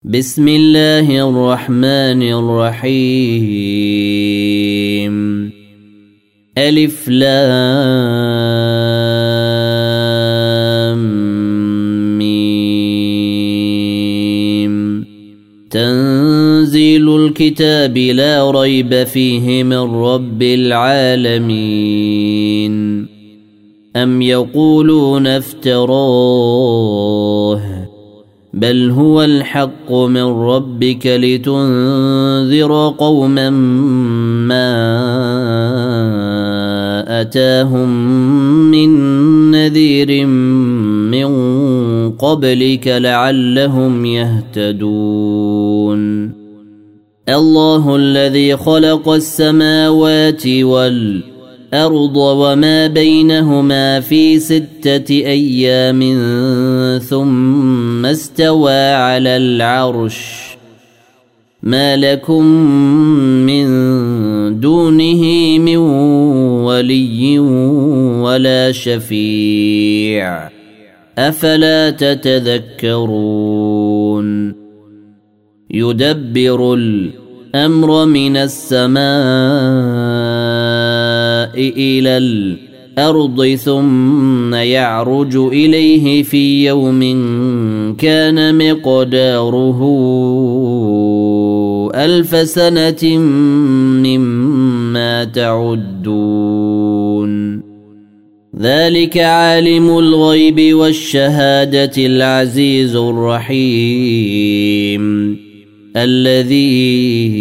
بسم الله الرحمن الرحيم ألف لام ميم تنزيل الكتاب لا ريب فيه من رب العالمين أم يقولون افتراه بل هو الحق من ربك لتنذر قوما ما أتاهم من نذير من قبلك لعلهم يهتدون. الله الذي خلق السماوات والأرض وما بينهما في 6 أيام ثم استوى على العرش ما لكم من دونه من ولي ولا شفيع أفلا تتذكرون. يدبر الأمر من السماء إلى الأرض ثم يعرج إليه في يوم كان مقداره 1000 سنة مما تعدون. ذلك عالم الغيب والشهادة العزيز الرحيم الذي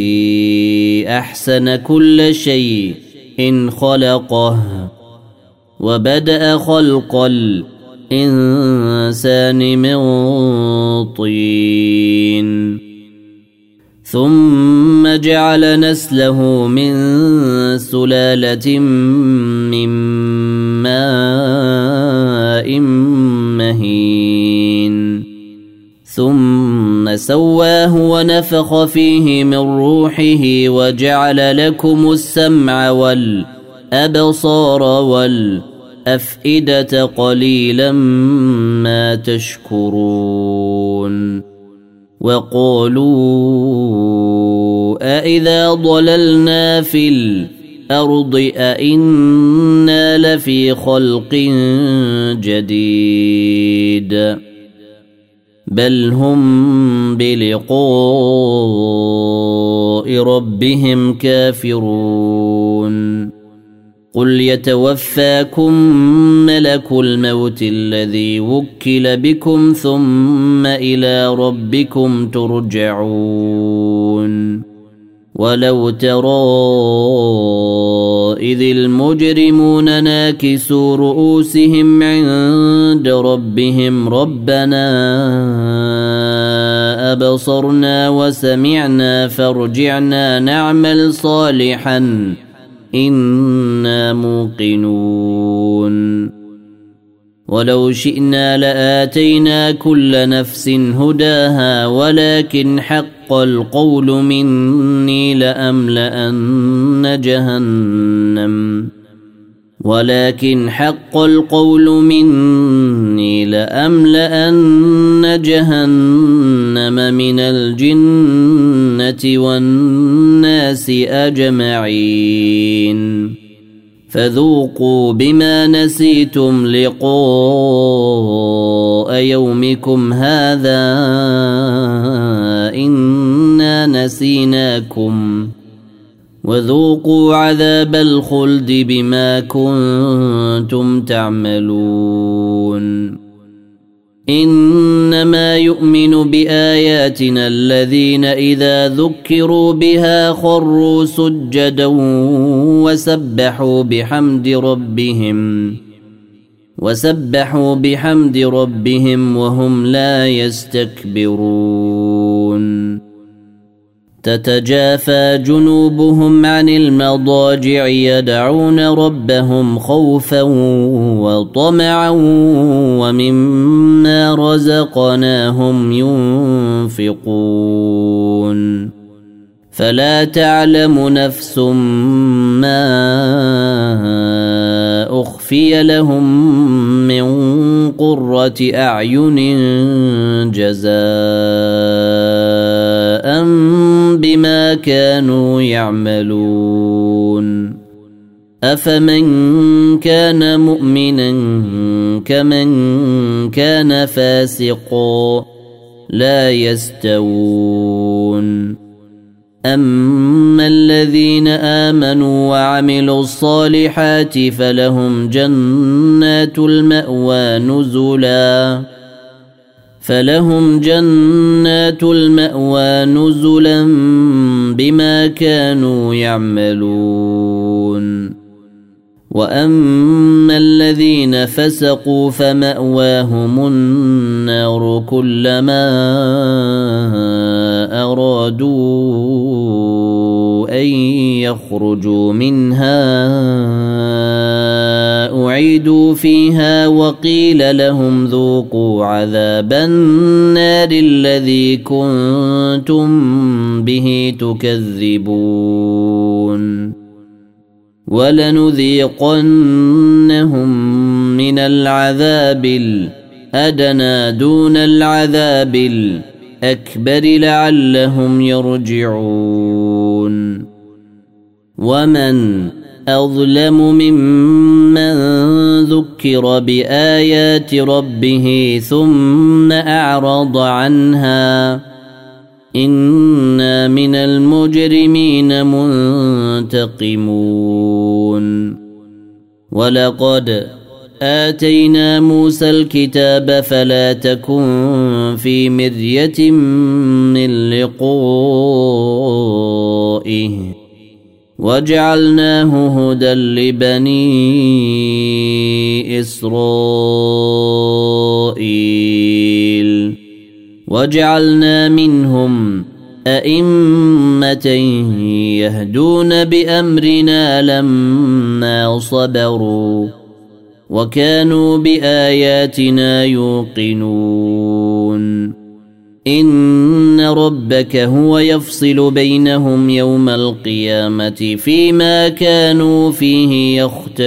أحسن كل شيء إن خلقه وبدأ خلق الإنسان من طين ثم جعل نسله من سلالة من ماء مهين ثم سواه ونفخ فيه من روحه وجعل لكم السمع والأبصار والأفئدة قليلا ما تشكرون. وقالوا أإذا ضللنا في الأرض أإنا لفي خلق جديد بل هم بلقاء ربهم كافرون. قل يتوفاكم ملك الموت الذي وكل بكم ثم إلى ربكم ترجعون. ولو ترى إذ المجرمون ناكسوا رؤوسهم عند ربهم ربنا أبصرنا وسمعنا فارجعنا نعمل صالحا إنا موقنون. ولو شئنا لآتينا كل نفس هداها ولكن حق القول مني لأملأن جهنم من الجنة والناس أجمعين فذوقوا بما نسيتم لقاء يومكم هذا إنا نسيناكم وذوقوا عذاب الخلد بما كنتم تعملون. إنما يؤمن بآياتنا الذين إذا ذكروا بها خروا سجدا وسبحوا بحمد ربهم وهم لا يستكبرون. تتجافى جنوبهم عن المضاجع يدعون ربهم خوفا وطمعا ومما رزقناهم ينفقون. فلا تعلم نفس ما أخفي لهم من قرة أعين جزاء كانوا يعملون أفمن كان مؤمنا كمن كان فاسقا لا يستوون أما الذين آمنوا وعملوا الصالحات فلهم جنات المأوى نزلا بما كانوا يعملون وأما الذين فسقوا فمأواهم النار كلما أرادوا أن يخرجوا منها أعيدوا فيها وقيل لهم ذوقوا عذاب النار الذي كنتم به تكذبون ولنذيقنهم من العذاب الأدنى دون العذاب الأكبر لعلهم يرجعون ومن أظلم ممن ذكر بآيات ربه ثم أعرض عنها إنا من المجرمين منتقمون ولقد آتينا موسى الكتاب فلا تكن في مرية من لقائه وجعلناه هدى لبني إسرائيل وجعلنا منهم أئمة يهدون بأمرنا لما صبروا وكانوا بآياتنا يوقنون إن ربك هو يفصل بينهم يوم القيامة فيما كانوا فيه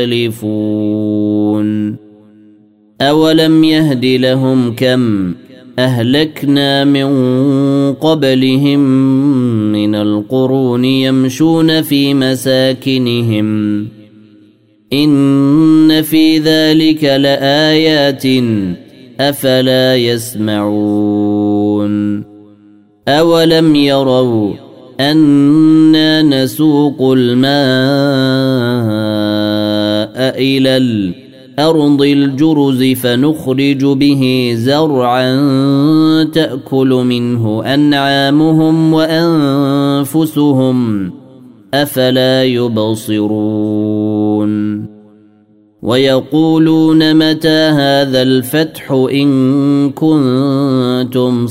يختلفون أولم يهد لهم كم أهلكنا من قبلهم من القرون يمشون في مساكنهم إن في ذلك لآيات أفلا يسمعون أولم يروا أنا نسوق الماء إلى الأرض الجرز فنخرج به زرعا تأكل منه أنعامهم وأنفسهم أفلا يبصرون ويقولون متى هذا الفتح إن كنتم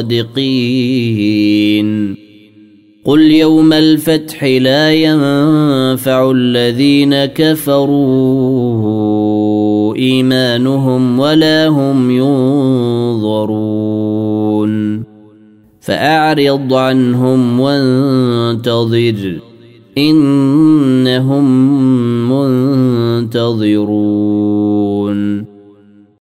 صادقين قل يوم الفتح لا ينفع الذين كفروا إيمانهم ولا هم ينظرون فأعرض عنهم وانتظر إنهم منتظرون